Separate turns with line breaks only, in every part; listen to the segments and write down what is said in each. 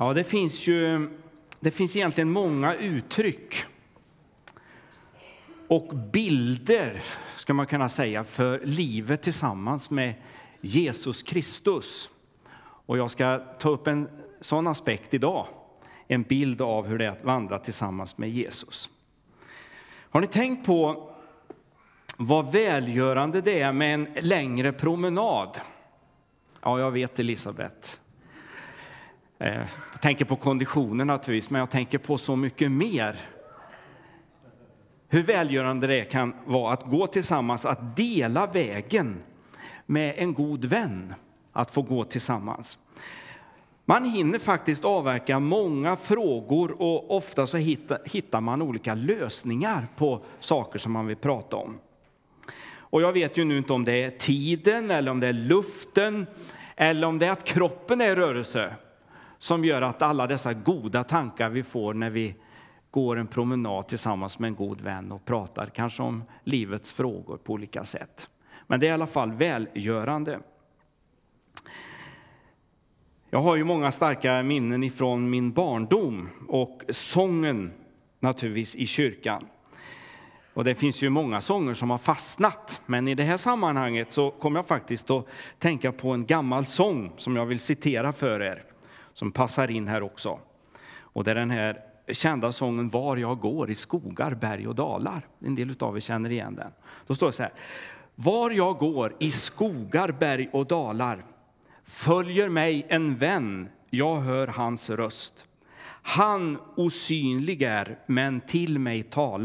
Ja, det finns egentligen många uttryck och bilder, ska man kunna säga, för livet tillsammans med Jesus Kristus. Och jag ska ta upp en sån aspekt idag. En bild av hur det är att vandra tillsammans med Jesus. Har ni tänkt på vad välgörande det är med en längre promenad? Ja, jag vet, Elisabeth. Jag tänker på konditionen naturligtvis, men jag tänker på så mycket mer. Hur välgörande det kan vara att gå tillsammans, att dela vägen med en god vän. Att få gå tillsammans. Man hinner faktiskt avverka många frågor och ofta så hittar man olika lösningar på saker som man vill prata om. Och jag vet ju nu inte om det är tiden eller om det är luften eller om det är att kroppen är i rörelse som gör att alla dessa goda tankar vi får när vi går en promenad tillsammans med en god vän och pratar kanske om livets frågor på olika sätt. Men det är i alla fall välgörande. Jag har ju många starka minnen ifrån min barndom och sången naturligtvis i kyrkan. Och det finns ju många sånger som har fastnat. Men i det här sammanhanget så kommer jag faktiskt att tänka på en gammal sång som jag vill citera för er. Som passar in här också. Och det är den här kända sången Var jag går i skogar, berg och dalar. En del av er känner igen den. Då står det så här. Var jag går i skogar, berg och dalar följer mig en vän, jag hör hans röst. Han osynlig är, men till mig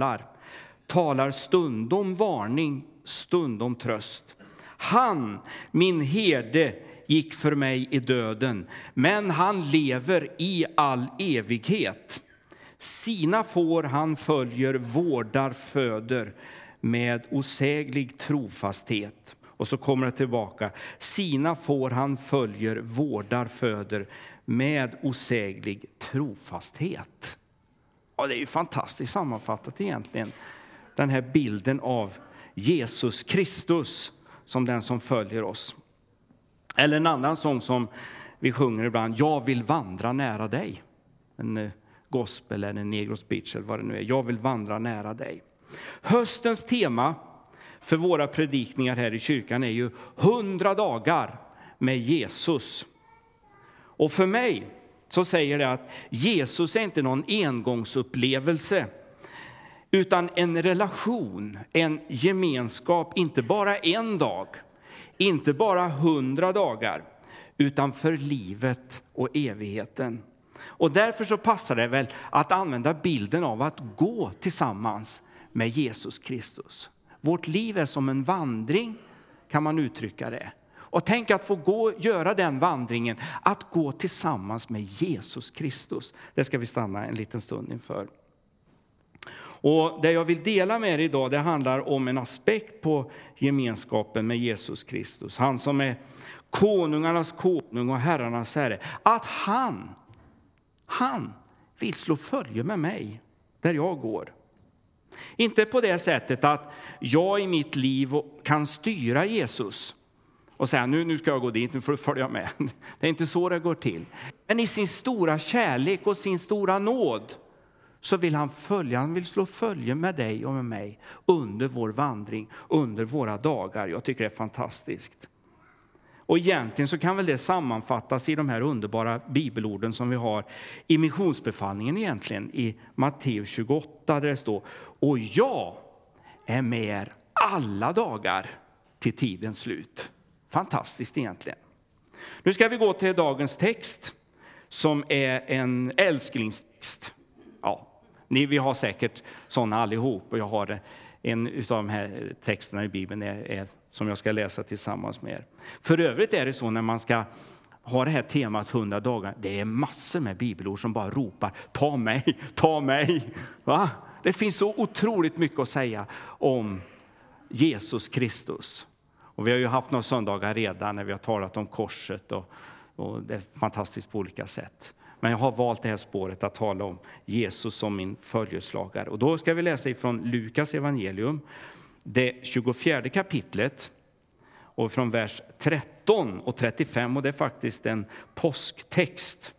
talar stundom varning, stundom tröst. Han, min herde, gick för mig i döden, men han lever i all evighet. Sina får han följer, vårdar, föder med osäglig trofasthet. Och så kommer det tillbaka. Sina får han följer, vårdar, föder med osäglig trofasthet. Ja, det är ju fantastiskt sammanfattat egentligen. Den här bilden av Jesus Kristus som den som följer oss. Eller en annan sång som vi sjunger ibland. Jag vill vandra nära dig. En gospel eller en negros beach eller vad det nu är. Jag vill vandra nära dig. Höstens tema för våra predikningar här i kyrkan är ju 100 dagar med Jesus. Och för mig så säger det att Jesus är inte någon engångsupplevelse utan en relation, en gemenskap, inte bara en dag, inte bara 100 dagar utan för livet och evigheten. Och därför så passar det väl att använda bilden av att gå tillsammans med Jesus Kristus. Vårt liv är som en vandring, kan man uttrycka det. Och tänk att få göra den vandringen, att gå tillsammans med Jesus Kristus. Det ska vi stanna en liten stund inför. Och det jag vill dela med er idag, det handlar om en aspekt på gemenskapen med Jesus Kristus. Han som är konungarnas konung och herrarnas herre. Att han vill slå följe med mig där jag går. Inte på det sättet att jag i mitt liv kan styra Jesus och säga nu ska jag gå dit, nu får du följa med. Det är inte så det går till. Men i sin stora kärlek och sin stora nåd så vill han vill slå följe med dig och med mig under vår vandring, under våra dagar. Jag tycker det är fantastiskt. Och egentligen så kan väl det sammanfattas i de här underbara bibelorden som vi har i missionsbefallningen egentligen i Matteus 28 där det står: och jag är med er alla dagar till tidens slut. Fantastiskt egentligen. Nu ska vi gå till dagens text som är en älsklingstext. Ja, vi har säkert sådana allihop och jag har en av de här texterna i Bibeln är som jag ska läsa tillsammans med er. För övrigt är det så när man ska ha det här temat 100 dagar. Det är massor med bibelord som bara ropar ta mig, ta mig. Va? Det finns så otroligt mycket att säga om Jesus Kristus. Och vi har ju haft några söndagar redan när vi har talat om korset och det är fantastiskt på olika sätt. Men jag har valt det här spåret att tala om Jesus som min följeslagare. Och då ska vi läsa ifrån Lukas evangelium, det 24 kapitlet och från vers 13 och 35. Och det är faktiskt en påsktext.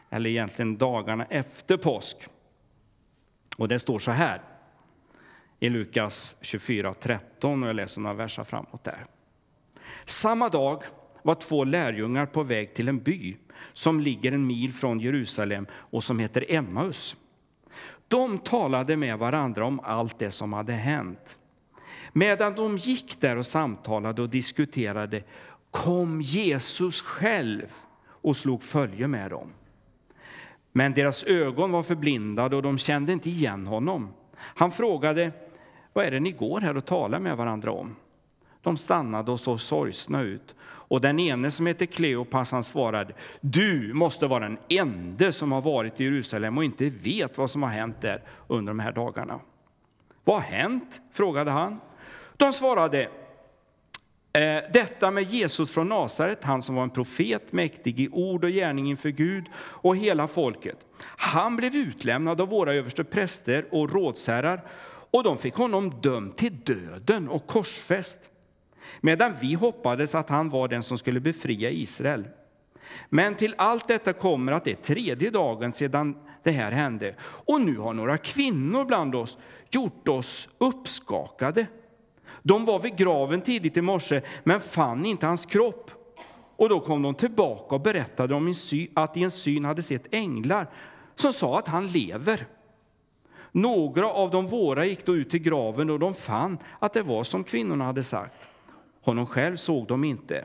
eller egentligen dagarna efter påsk. Och det står så här i Lukas 24:13, och jag läser några verser framåt där. Samma dag var 2 lärjungar på väg till en by som ligger 1 mil från Jerusalem och som heter Emmaus. De talade med varandra om allt det som hade hänt. Medan de gick där och samtalade och diskuterade kom Jesus själv och slog följe med dem. Men deras ögon var förblindade och de kände inte igen honom. Han frågade, vad är det ni går här och talar med varandra om? De stannade och såg sorgsna ut. Och den ene som heter Kleopas, han svarade, du måste vara den ende som har varit i Jerusalem och inte vet vad som har hänt där under de här dagarna. Vad har hänt? Frågade han. De svarade, detta med Jesus från Nasaret, han som var en profet, mäktig i ord och gärning inför Gud och hela folket. Han blev utlämnad av våra överste präster och rådsherrar och de fick honom dömd till döden och korsfäst. Medan vi hoppades att han var den som skulle befria Israel. Men till allt detta kommer att det är 3:e dagen sedan det här hände. Och nu har några kvinnor bland oss gjort oss uppskakade. De var vid graven tidigt i morse men fann inte hans kropp. Och då kom de tillbaka och berättade om att i en syn hade sett änglar som sa att han lever. Några av de våra gick då ut till graven och de fann att det var som kvinnorna hade sagt. Honom själv såg de inte.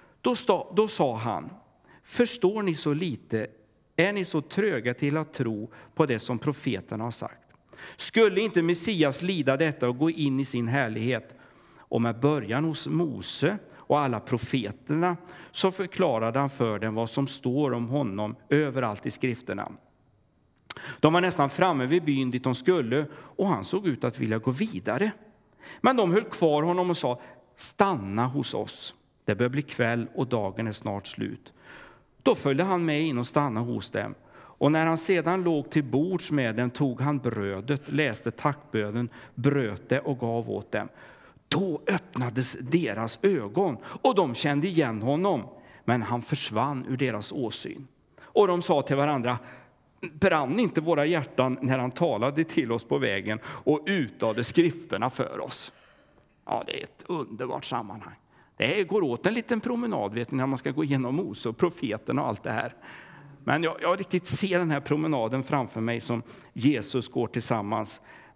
Då sa han, förstår ni så lite, är ni så tröga till att tro på det som profeterna har sagt? Skulle inte Messias lida detta och gå in i sin härlighet? Och med början hos Mose och alla profeterna så förklarade han för dem vad som står om honom överallt i skrifterna. De var nästan framme vid byn dit de skulle och han såg ut att vilja gå vidare. Men de höll kvar honom och sa, stanna hos oss. Det bör bli kväll och dagen är snart slut. Då följde han med in och stannade hos dem. Och när han sedan låg till bords med dem tog han brödet, läste tackbönen, bröt det och gav åt dem. Då öppnades deras ögon och de kände igen honom. Men han försvann ur deras åsyn. Och de sa till varandra, brann inte våra hjärtan när han talade till oss på vägen och utade skrifterna för oss? Ja, det är ett underbart sammanhang. Det går åt en liten promenad, vet ni, när man ska gå igenom Mose och profeterna och allt det här. Men jag riktigt ser den här promenaden framför mig som Jesus går tillsammans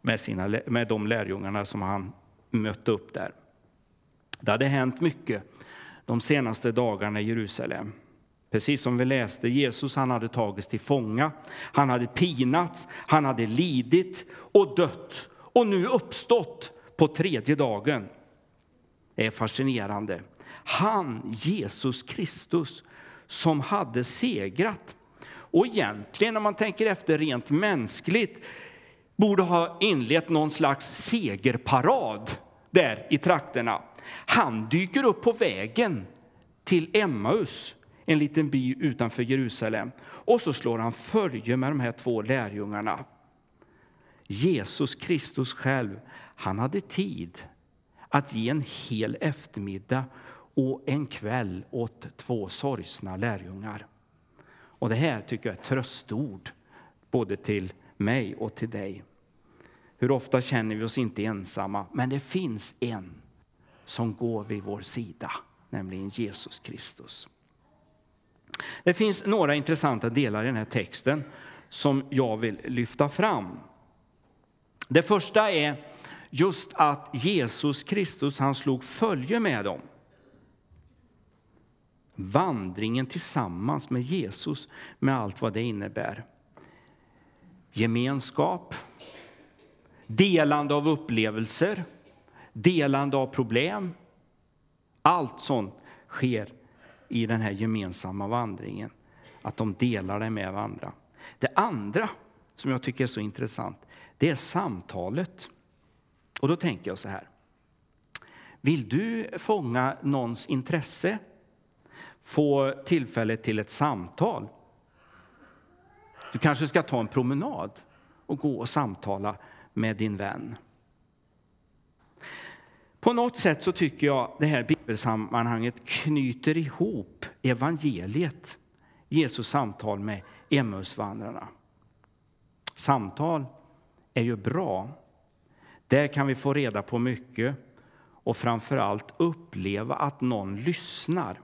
med de lärjungarna som han mötte upp där. Det hade hänt mycket de senaste dagarna i Jerusalem. Precis som vi läste, Jesus han hade tagits till fånga, han hade pinats, han hade lidit och dött och nu uppstått på 3:e dagen. Det är fascinerande. Han, Jesus Kristus, som hade segrat. Och egentligen när man tänker efter rent mänskligt borde ha inlett någon slags segerparad där i trakterna. Han dyker upp på vägen till Emmaus, en liten by utanför Jerusalem. Och så slår han följe med de här 2 lärjungarna. Jesus Kristus själv, han hade tid att ge en hel eftermiddag och en kväll åt 2 sorgsna lärjungar. Och det här tycker jag är tröstord både till mig och till dig. Hur ofta känner vi oss inte ensamma, men det finns en som går vid vår sida, nämligen Jesus Kristus. Det finns några intressanta delar i den här texten som jag vill lyfta fram. Det första är just att Jesus Kristus han slog följe med dem. Vandringen tillsammans med Jesus med allt vad det innebär. Gemenskap, delande av upplevelser, delande av problem. Allt sånt sker i den här gemensamma vandringen. Att de delar det med varandra. Det andra som jag tycker är så intressant, det är samtalet. Och då tänker jag så här. Vill du fånga någons intresse? Få tillfälle till ett samtal? Du kanske ska ta en promenad och gå och samtala med din vän. På något sätt så tycker jag det här bibelsammanhanget knyter ihop evangeliet, Jesus samtal med Emmausvandrarna. Samtal är ju bra. Där kan vi få reda på mycket och framförallt uppleva att någon lyssnar.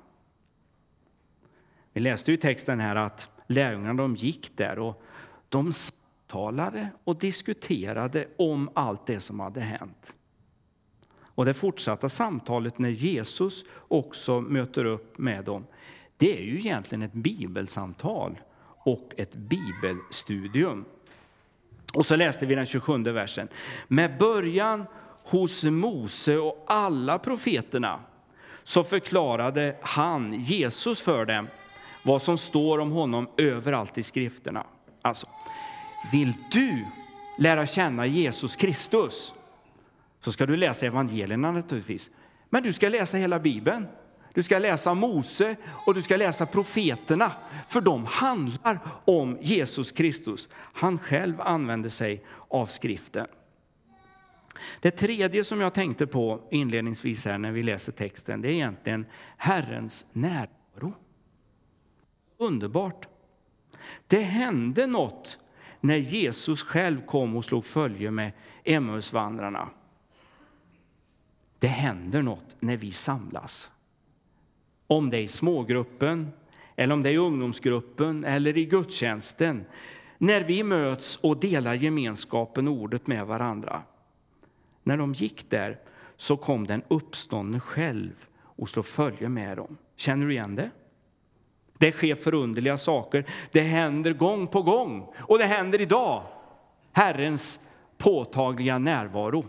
Vi läste ju i texten här att lärjungarna de gick där och de talade och diskuterade om allt det som hade hänt. Och det fortsatta samtalet när Jesus också möter upp med dem, det är ju egentligen ett bibelsamtal och ett bibelstudium. Och så läste vi den 27 versen. Med början hos Mose och alla profeterna så förklarade han, Jesus, för dem vad som står om honom överallt i skrifterna. Alltså, vill du lära känna Jesus Kristus så ska du läsa evangelierna naturligtvis. Men du ska läsa hela Bibeln. Du ska läsa Mose och du ska läsa profeterna. För de handlar om Jesus Kristus. Han själv använde sig av skriften. Det tredje som jag tänkte på inledningsvis här när vi läser texten, det är egentligen Herrens närvaro. Underbart. Det hände något när Jesus själv kom och slog följe med Emmausvandrarna. Det händer något när vi samlas. Om det är i smågruppen, eller om det är i ungdomsgruppen, eller i gudstjänsten. När vi möts och delar gemenskapen och ordet med varandra. När de gick där så kom den uppståndne själv och slog följe med dem. Känner du igen det? Det sker förunderliga saker. Det händer gång på gång. Och det händer idag. Herrens påtagliga närvaro.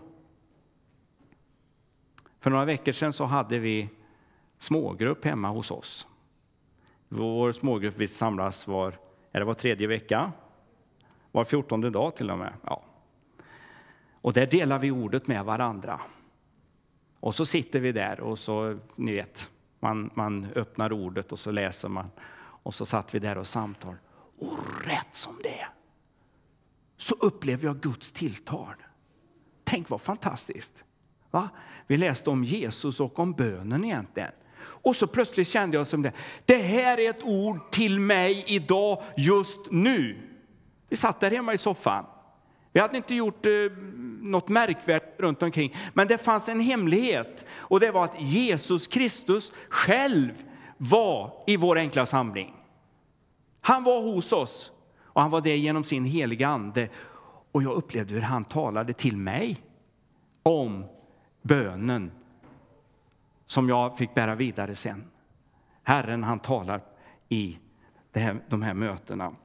För några veckor sedan så hade vi smågrupp hemma hos oss. Vår smågrupp vi samlas var tredje vecka. Var 14:e dag till och med. Ja. Och där delar vi ordet med varandra. Och så sitter vi där och så, ni vet, man öppnar ordet och så läser man. Och så satt vi där och samtal. Och rätt som det är så upplever jag Guds tilltal. Tänk vad fantastiskt. Va? Vi läste om Jesus och om bönen egentligen. Och så plötsligt kände jag som det. Det här är ett ord till mig idag, just nu. Vi satt där hemma i soffan. Vi hade inte gjort något märkvärdigt runt omkring. Men det fanns en hemlighet. Och det var att Jesus Kristus själv var i vår enkla samling. Han var hos oss. Och han var det genom sin heliga ande. Och jag upplevde hur han talade till mig om bönen som jag fick bära vidare sen. Herren han talar i de här mötena.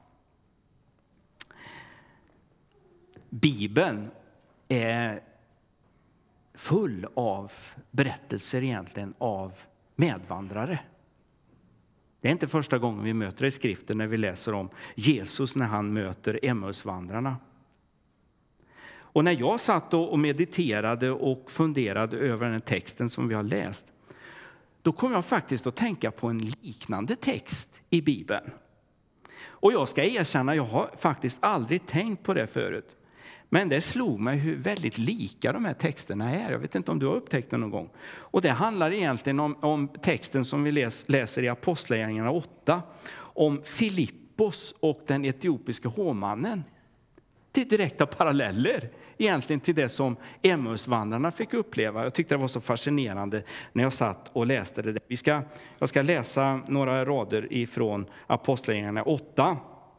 Bibeln är full av berättelser egentligen av medvandrare. Det är inte första gången vi möter i skriften när vi läser om Jesus när han möter Emmausvandrarna. Och när jag satt och mediterade och funderade över den texten som vi har läst, då kom jag faktiskt att tänka på en liknande text i Bibeln. Och jag ska erkänna, jag har faktiskt aldrig tänkt på det förut. Men det slog mig hur väldigt lika de här texterna är. Jag vet inte om du har upptäckt det någon gång. Och det handlar egentligen om texten som vi läser i Apostlagärningarna 8. Om Filippos och den etiopiska hovmannen. Det är direkta paralleller egentligen till det som Emmausvandrarna fick uppleva. Jag tyckte det var så fascinerande när jag satt och läste det. Jag ska läsa några rader ifrån Apostlagärningarna 8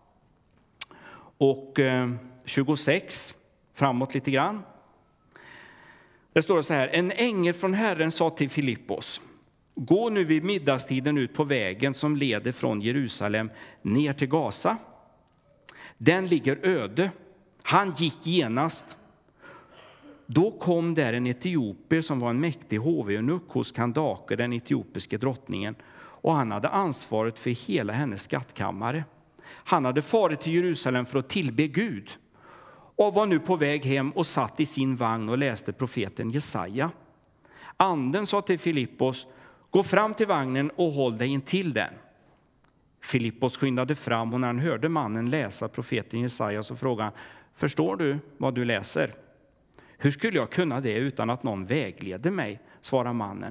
och 26 framåt lite grann. Det står så här: en ängel från Herren sa till Filippos: gå nu vid middagstiden ut på vägen som leder från Jerusalem ner till Gaza. Den ligger öde. Han gick genast. Då kom där en etiopier som var en mäktig hoveunuck hos Kandake, den etiopiske drottningen, och han hade ansvaret för hela hennes skattkammare. Han hade farit till Jerusalem för att tillbe Gud och var nu på väg hem och satt i sin vagn och läste profeten Jesaja. Anden sa till Filippos: gå fram till vagnen och håll dig intill den. Filippos skyndade fram, och när han hörde mannen läsa profeten Jesaja så frågade han: förstår du vad du läser? Hur skulle jag kunna det utan att någon vägleder mig, svarade mannen.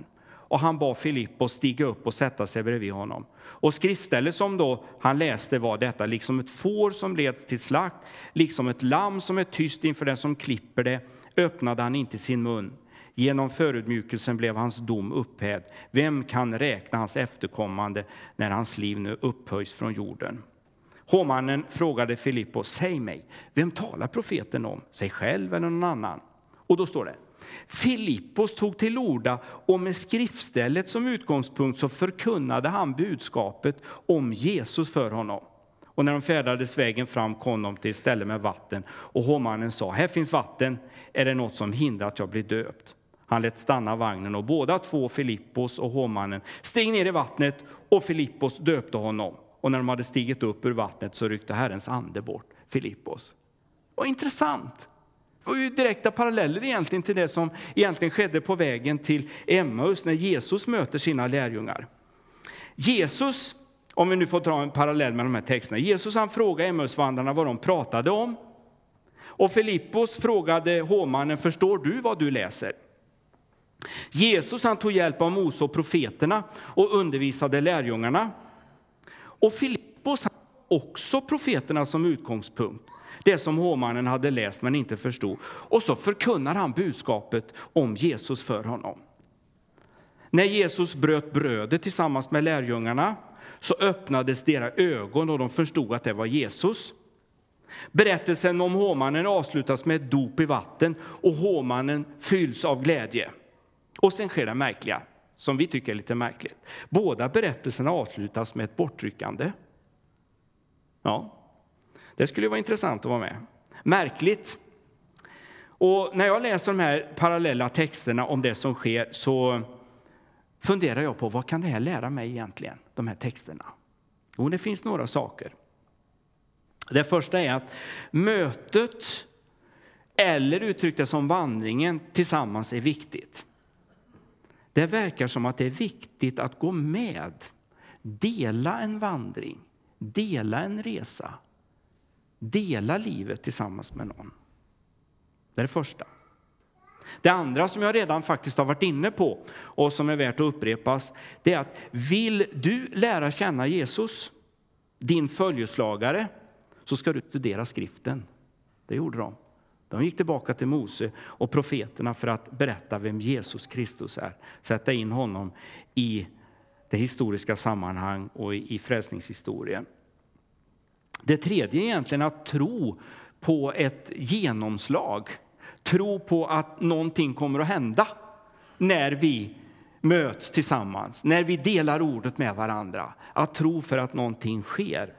och han bad Filippos stiga upp och sätta sig bredvid honom. Och skriftstället som då han läste var detta: liksom ett får som leds till slakt, liksom ett lamm som är tyst inför den som klipper det, öppnade han inte sin mun. Genom förödmjukelsen blev hans dom upphävd. Vem kan räkna hans efterkommande när hans liv nu upphöjs från jorden? Hovmannen frågade Filippos: säg mig, vem talar profeten om? Sig själv eller någon annan? Och då står det: Filippos tog till orda, och med skriftstället som utgångspunkt så förkunnade han budskapet om Jesus för honom. Och när de färdades vägen fram kom de till ett ställe med vatten, och hovmannen sa: här finns vatten, är det något som hindrar att jag blir döpt? Han lät stanna vagnen, och båda två, Filippos och hovmannen, steg ner i vattnet, och Filippos döpte honom. Och när de hade stigit upp ur vattnet så ryckte Herrens ande bort Filippos. Vad intressant! Det var ju direkta paralleller egentligen till det som egentligen skedde på vägen till Emmaus när Jesus möter sina lärjungar. Jesus, om vi nu får dra en parallell med de här texterna. Jesus han frågade Emmausvandrarna vad de pratade om. Och Filippos frågade hovmannen: förstår du vad du läser? Jesus han tog hjälp av Mose och profeterna och undervisade lärjungarna. Och Filippos hade också profeterna som utgångspunkt. Det som hovmannen hade läst men inte förstod. Och så förkunnar han budskapet om Jesus för honom. När Jesus bröt brödet tillsammans med lärjungarna så öppnades deras ögon och de förstod att det var Jesus. Berättelsen om hovmannen avslutas med ett dop i vatten och hovmannen fylls av glädje. Och sen sker det märkliga, som vi tycker är lite märkligt. Båda berättelserna avslutas med ett bortryckande. Ja, det skulle vara intressant att vara med. Märkligt. Och när jag läser de här parallella texterna om det som sker så funderar jag på: vad kan det här lära mig egentligen, de här texterna? Jo, det finns några saker. Det första är att mötet, eller uttryckt det som vandringen, tillsammans är viktigt. Det verkar som att det är viktigt att gå med, dela en vandring, dela en resa, dela livet tillsammans med någon. Det är det första. Det andra som jag redan faktiskt har varit inne på och som är värt att upprepas, det är att vill du lära känna Jesus, din följeslagare, så ska du studera skriften. Det gjorde de. De gick tillbaka till Mose och profeterna för att berätta vem Jesus Kristus är. Sätta in honom i det historiska sammanhang och i frälsningshistorien. Det tredje är egentligen att tro på ett genomslag. Tro på att någonting kommer att hända när vi möts tillsammans. När vi delar ordet med varandra. Att tro för att någonting sker.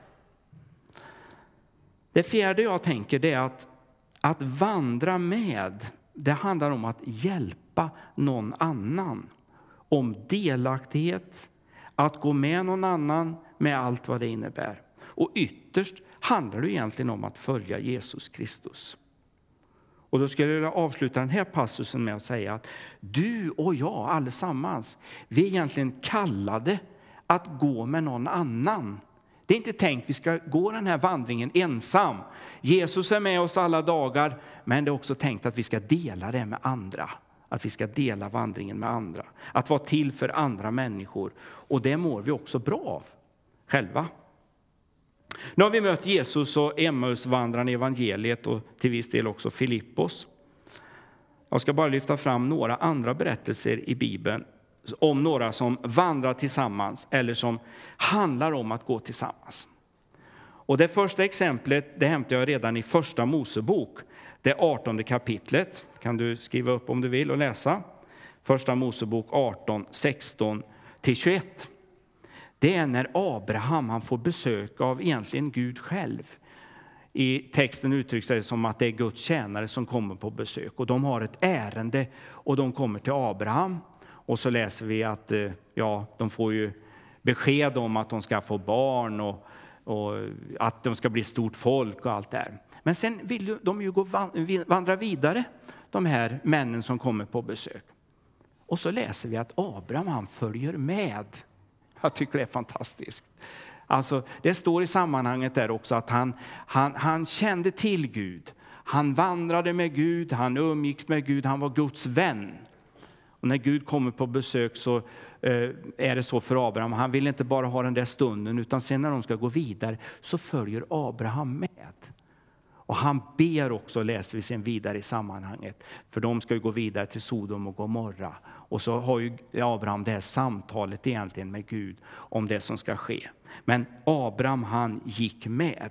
Det fjärde jag tänker, det är att vandra med. Det handlar om att hjälpa någon annan. Om delaktighet. Att gå med någon annan med allt vad det innebär. Och ytterst handlar det egentligen om att följa Jesus Kristus. Och då skulle jag vilja avsluta den här passusen med att säga att du och jag allesammans, vi är egentligen kallade att gå med någon annan. Det är inte tänkt att vi ska gå den här vandringen ensam. Jesus är med oss alla dagar, men det är också tänkt att vi ska dela det med andra. Att vi ska dela vandringen med andra. Att vara till för andra människor. Och det mår vi också bra av själva. Nu har vi mött Jesus och Emmausvandraren i evangeliet och till viss del också Filippos. Jag ska bara lyfta fram några andra berättelser i Bibeln om några som vandrar tillsammans eller som handlar om att gå tillsammans. Och det första exemplet, det hämtar jag redan i första Mosebok, det 18:e kapitlet. Kan du skriva upp om du vill och läsa. Första Mosebok 18, 16-21. Det är när Abraham han får besök av egentligen Gud själv. I texten uttrycks det som att det är Guds tjänare som kommer på besök. Och de har ett ärende och de kommer till Abraham. Och så läser vi att de får ju besked om att de ska få barn och att de ska bli stort folk och allt det här. Men sen vill de ju vandra vidare, de här männen som kommer på besök. Och så läser vi att Abraham han följer med. Jag tycker det är fantastiskt. Alltså, det står i sammanhanget där också att han kände till Gud. Han vandrade med Gud, han umgicks med Gud, han var Guds vän. Och när Gud kommer på besök så är det så för Abraham. Han vill inte bara ha den där stunden, utan sen när de ska gå vidare så följer Abraham med. Och han ber också, läser vi sen vidare i sammanhanget. För de ska ju gå vidare till Sodom och Gomorra. Och så har ju Abraham det här samtalet egentligen med Gud om det som ska ske. Men Abraham, han gick med.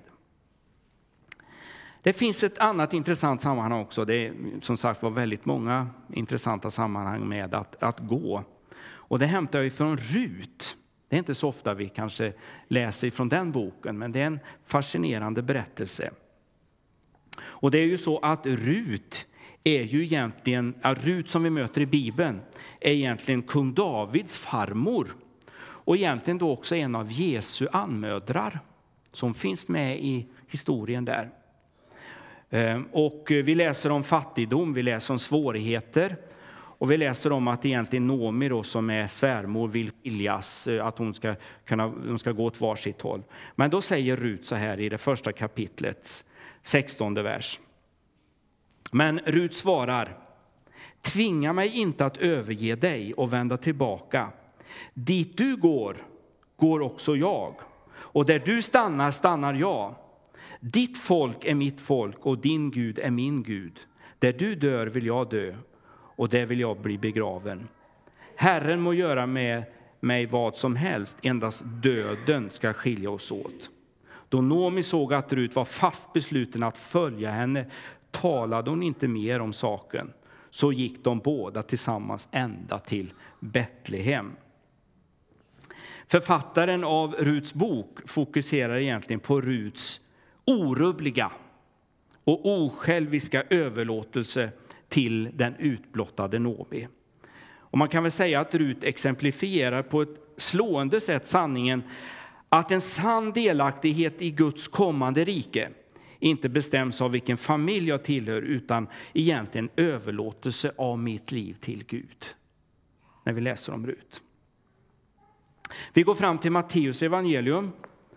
Det finns ett annat intressant sammanhang också. Det är som sagt var väldigt många intressanta sammanhang med att gå. Och det hämtar jag ifrån Rut. Det är inte så ofta vi kanske läser ifrån den boken, men det är en fascinerande berättelse. Och det är ju så att Rut är ju egentligen, Rut som vi möter i Bibeln, är egentligen kung Davids farmor. Och egentligen då också en av Jesu anmödrar som finns med i historien där. Och vi läser om fattigdom, vi läser om svårigheter. Och vi läser om att egentligen Nomi då, som är svärmor, vill skiljas, att hon ska gå åt varsitt håll. Men då säger Rut så här i det första kapitlets 16:e vers. Men Rut svarar: tvinga mig inte att överge dig och vända tillbaka. Dit du går, går också jag. Och där du stannar, stannar jag. Ditt folk är mitt folk och din Gud är min Gud. Där du dör vill jag dö och där vill jag bli begraven. Herren må göra med mig vad som helst, endast döden ska skilja oss åt. Då Nomi såg att Rut var fast besluten att följa henne talade hon inte mer om saken. Så gick de båda tillsammans ända till Betlehem. Författaren av Ruts bok fokuserar egentligen på Ruts orubbliga och osjälviska överlåtelse till den utblottade Nomi. Och man kan väl säga att Rut exemplifierar på ett slående sätt sanningen att en sann delaktighet i Guds kommande rike inte bestäms av vilken familj jag tillhör, utan egentligen överlåtelse av mitt liv till Gud. När vi läser om Rut. Vi går fram till Matteus evangelium,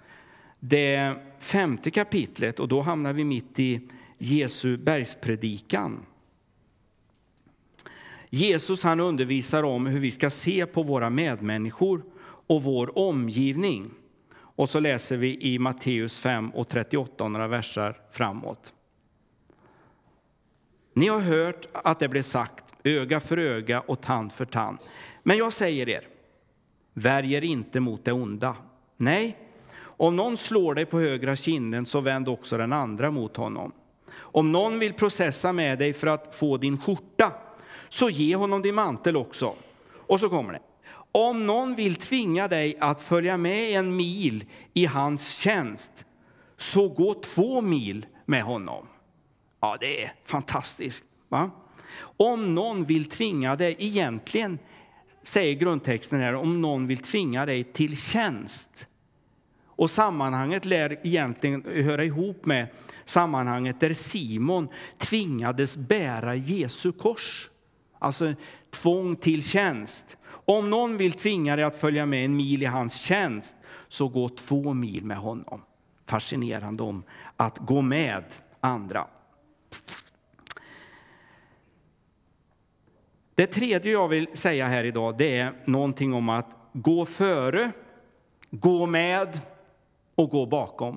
det 5:e kapitlet, och då hamnar vi mitt i Jesu bergspredikan. Jesus, han undervisar om hur vi ska se på våra medmänniskor och vår omgivning. Och så läser vi i Matteus 5:38 några versar framåt. Ni har hört att det blev sagt, öga för öga och tand för tand. Men jag säger er, värj er inte mot det onda. Nej, om någon slår dig på högra kinden så vänd också den andra mot honom. Om någon vill processa med dig för att få din skjorta, så ge honom din mantel också. Och så kommer det. Om någon vill tvinga dig att följa med 1 mil i hans tjänst, så gå 2 mil med honom. Ja, det är fantastiskt, va? Om någon vill tvinga dig, egentligen säger grundtexten här, om någon vill tvinga dig till tjänst. Och sammanhanget lär egentligen höra ihop med sammanhanget där Simon tvingades bära Jesu kors. Alltså tvång till tjänst. Om någon vill tvinga dig att följa med 1 mil i hans tjänst, så gå 2 mil med honom. Fascinerande om att gå med andra. Det tredje jag vill säga här idag, det är någonting om att gå före, gå med och gå bakom.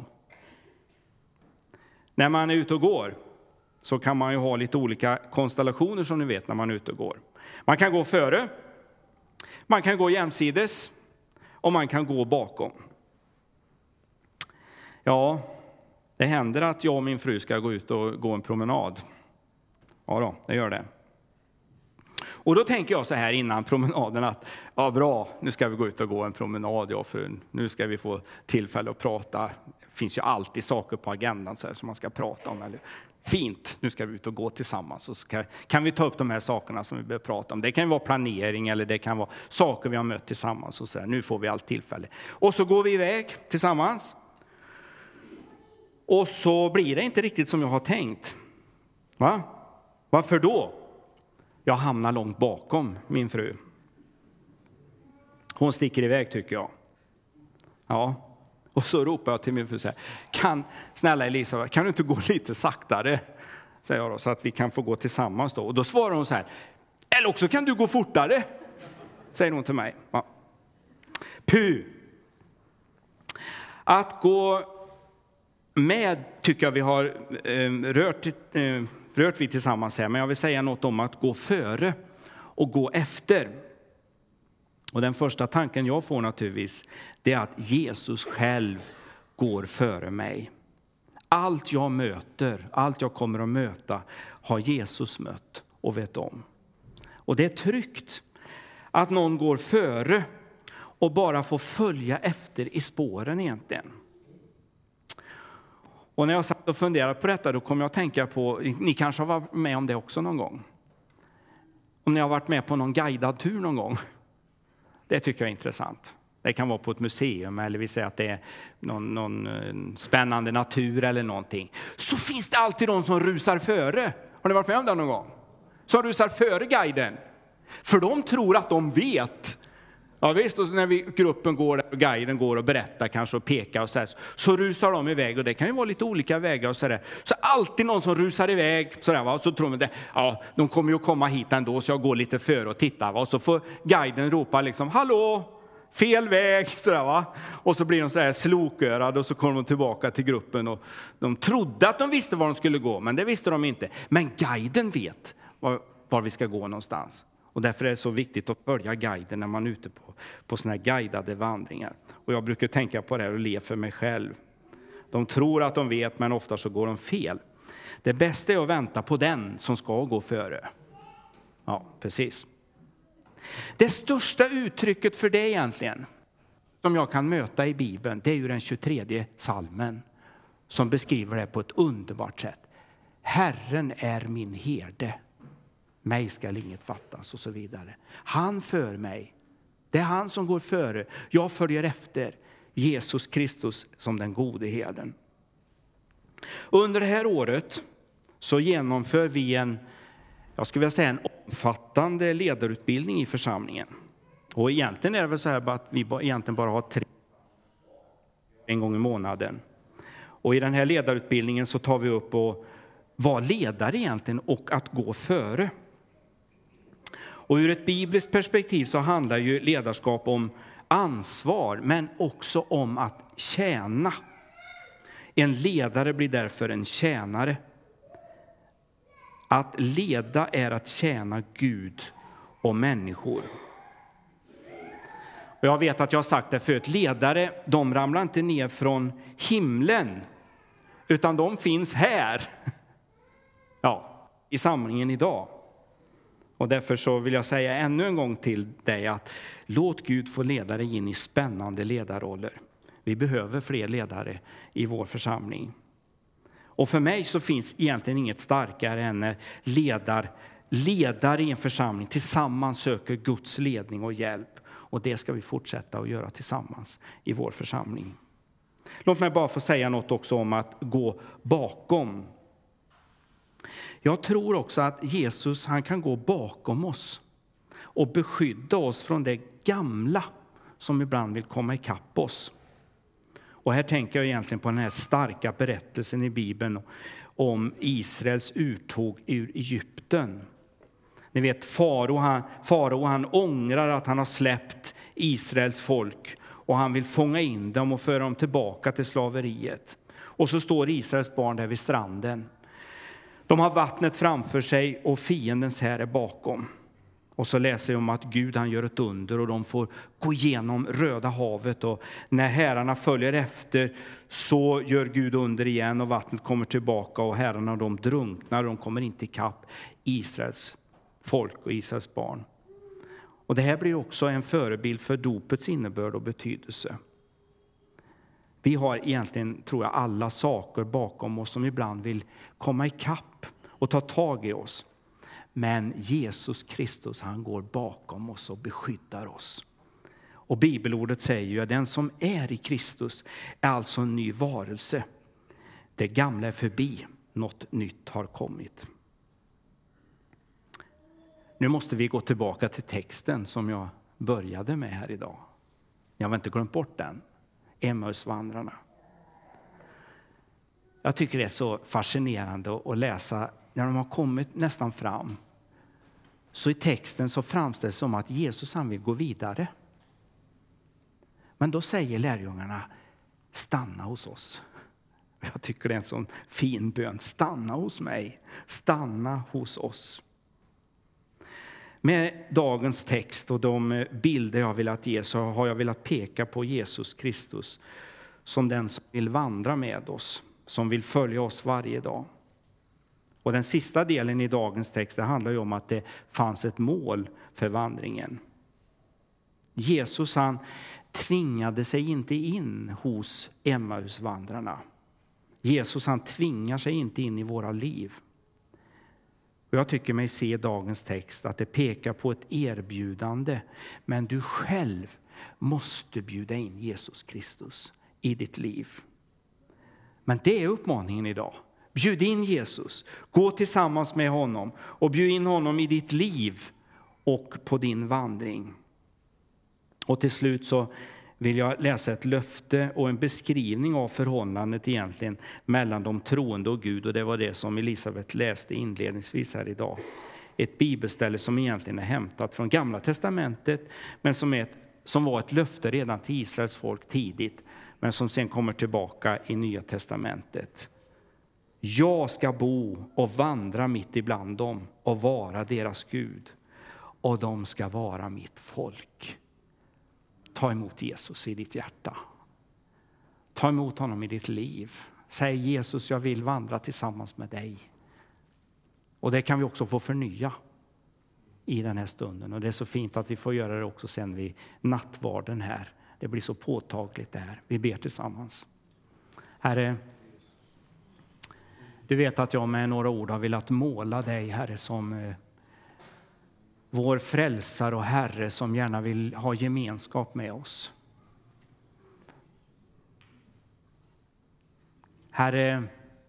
När man är ute och går så kan man ju ha lite olika konstellationer, som ni vet, när man är ute och går. Man kan gå före, man kan gå jämsides och man kan gå bakom. Ja, det händer att jag och min fru ska gå ut och gå en promenad. Ja då, det gör det. Och då tänker jag så här innan promenaden att, ja bra, nu ska vi gå ut och gå en promenad, ja, för nu ska vi få tillfälle att prata. Det finns ju alltid saker på agendan så här som man ska prata om. Eller, fint, nu ska vi ut och gå tillsammans och kan vi ta upp de här sakerna som vi behöver prata om. Det kan vara planering eller det kan vara saker vi har mött tillsammans och så här. Nu får vi allt tillfälle. Och så går vi iväg tillsammans. Och så blir det inte riktigt som jag har tänkt. Va? Varför då? Jag hamnar långt bakom min fru. Hon sticker iväg, tycker jag. Ja. Och så ropar jag till min fru så här: snälla Elisa, kan du inte gå lite saktare? Säger jag då, så att vi kan få gå tillsammans då. Och då svarar hon så här: Eller också kan du gå fortare, säger hon till mig. Ja. Att gå med tycker jag vi har rört vid tillsammans här. Men jag vill säga något om att gå före och gå efter. Och den första tanken jag får naturligtvis, det är att Jesus själv går före mig. Allt jag möter, allt jag kommer att möta har Jesus mött och vet om. Och det är tryggt att någon går före och bara får följa efter i spåren egentligen. Och när jag satt och funderade på detta, då kom jag att tänka på, ni kanske har varit med om det också någon gång. Om ni har varit med på någon guidad tur någon gång. Det tycker jag är intressant. Det kan vara på ett museum eller vi säger att det är någon spännande natur eller någonting. Så finns det alltid någon som rusar före. Har ni varit med om det någon gång? Som rusar före guiden. För de tror att de vet. Ja visst, och när gruppen går där och guiden går och berättar kanske och pekar och så rusar de iväg, och det kan ju vara lite olika vägar och sådär. Så alltid någon som rusar iväg sådär, va? Så tror man det, ja de kommer ju komma hit ändå, så jag går lite före och tittar, va? Och så får guiden ropa liksom, hallå, fel väg, sådär, va? Och så blir de så här slokörade och så kommer de tillbaka till gruppen, och de trodde att de visste var de skulle gå, men det visste de inte. Men guiden vet var vi ska gå någonstans. Och därför är det så viktigt att följa guiden när man är ute på såna här guidade vandringar. Och jag brukar tänka på det här och le för mig själv. De tror att de vet, men ofta så går de fel. Det bästa är att vänta på den som ska gå före. Ja, precis. Det största uttrycket för det egentligen, som jag kan möta i Bibeln, det är ju den 23:e psalmen. Som beskriver det på ett underbart sätt. Herren är min herde. Mig ska inget fattas och så vidare. Han för mig. Det är han som går före. Jag följer efter Jesus Kristus som den gode herden. Under det här året så genomför vi en omfattande ledarutbildning i församlingen. Och egentligen är det väl så här att vi egentligen bara har 3 en gång i månaden. Och i den här ledarutbildningen så tar vi upp och vara ledare egentligen och att gå före. Och ur ett bibliskt perspektiv så handlar ju ledarskap om ansvar, men också om att tjäna. En ledare blir därför en tjänare. Att leda är att tjäna Gud och människor. Och jag vet att jag har sagt det förut, ledare, de ramlar inte ner från himlen, utan de finns här. Ja, i samlingen idag. Och därför så vill jag säga ännu en gång till dig att låt Gud få leda dig in i spännande ledarroller. Vi behöver fler ledare i vår församling. Och för mig så finns egentligen inget starkare än när ledare i en församling tillsammans söker Guds ledning och hjälp. Och det ska vi fortsätta att göra tillsammans i vår församling. Låt mig bara få säga något också om att gå bakom. Jag tror också att Jesus, han kan gå bakom oss och beskydda oss från det gamla som ibland vill komma ikapp oss. Och här tänker jag egentligen på den här starka berättelsen i Bibeln om Israels uttåg ur Egypten. Ni vet, farao han ångrar att han har släppt Israels folk och han vill fånga in dem och föra dem tillbaka till slaveriet. Och så står Israels barn där vid stranden. De har vattnet framför sig och fiendens här är bakom. Och så läser jag om att Gud han gör ett under och de får gå igenom Röda havet. Och när herrarna följer efter så gör Gud under igen och vattnet kommer tillbaka och herrarna de drunknar och de kommer inte ikapp Israels folk och Israels barn. Och det här blir också en förebild för dopets innebörd och betydelse. Vi har egentligen, tror jag, alla saker bakom oss som ibland vill komma ikapp och ta tag i oss. Men Jesus Kristus, han går bakom oss och beskyddar oss. Och bibelordet säger ju att den som är i Kristus är alltså en ny varelse. Det gamla är förbi, något nytt har kommit. Nu måste vi gå tillbaka till texten som jag började med här idag. Jag har inte glömt bort den. Emmausvandrarna. Jag tycker det är så fascinerande att läsa när de har kommit nästan fram. så i texten så framställs det som att Jesus han vill gå vidare. Men då säger lärjungarna, stanna hos oss. Jag tycker det är en sån fin bön. Stanna hos mig. Stanna hos oss. Med dagens text och de bilder jag velat ge så har jag velat peka på Jesus Kristus som den som vill vandra med oss, som vill följa oss varje dag. Och den sista delen i dagens text det handlar ju om att det fanns ett mål för vandringen. Jesus han tvingade sig inte in hos Emmausvandrarna. Jesus han tvingar sig inte in i våra liv. Och jag tycker mig se dagens text att det pekar på ett erbjudande. Men du själv måste bjuda in Jesus Kristus i ditt liv. Men det är uppmaningen idag. Bjud in Jesus. Gå tillsammans med honom. Och bjud in honom i ditt liv och på din vandring. Och till slut så vill jag läsa ett löfte och en beskrivning av förhållandet egentligen mellan de troende och Gud. Och det var det som Elisabeth läste inledningsvis här idag. Ett bibelställe som egentligen är hämtat från Gamla testamentet. Men som var ett löfte redan till Israels folk tidigt. Men som sen kommer tillbaka i Nya testamentet. Jag ska bo och vandra mitt ibland dem och vara deras Gud. Och de ska vara mitt folk. Ta emot Jesus i ditt hjärta. Ta emot honom i ditt liv. Säg Jesus, jag vill vandra tillsammans med dig. Och det kan vi också få förnya i den här stunden. Och det är så fint att vi får göra det också sen vid nattvarden här. Det blir så påtagligt där. Vi ber tillsammans. Herre, du vet att jag med några ord har velat måla dig, Herre, som vår frälsare och Herre som gärna vill ha gemenskap med oss. Herre,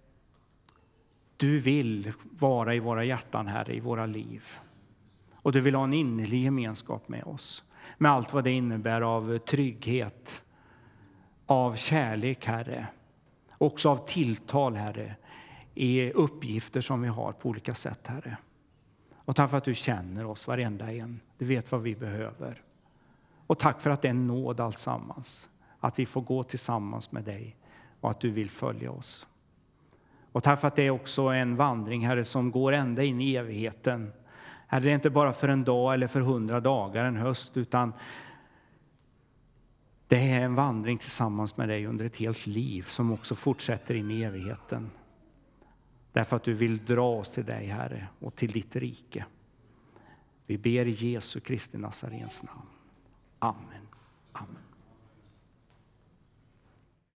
du vill vara i våra hjärtan, Herre, i våra liv. Och du vill ha en innerlig gemenskap med oss. Med allt vad det innebär av trygghet, av kärlek, Herre. Också av tilltal, Herre, i uppgifter som vi har på olika sätt, Herre. Och tack för att du känner oss varenda en. Du vet vad vi behöver. Och tack för att det är en nåd allsammans. Att vi får gå tillsammans med dig. Och att du vill följa oss. Och tack för att det är också en vandring, Herre, som går ända in i evigheten. Herre, det är inte bara för en dag eller för 100 dagar, en höst. Utan det är en vandring tillsammans med dig under ett helt liv. Som också fortsätter in i evigheten. Därför att du vill dra oss till dig, Herre, och till ditt rike. Vi ber i Jesu Kristi Nazarens namn. Amen. Amen.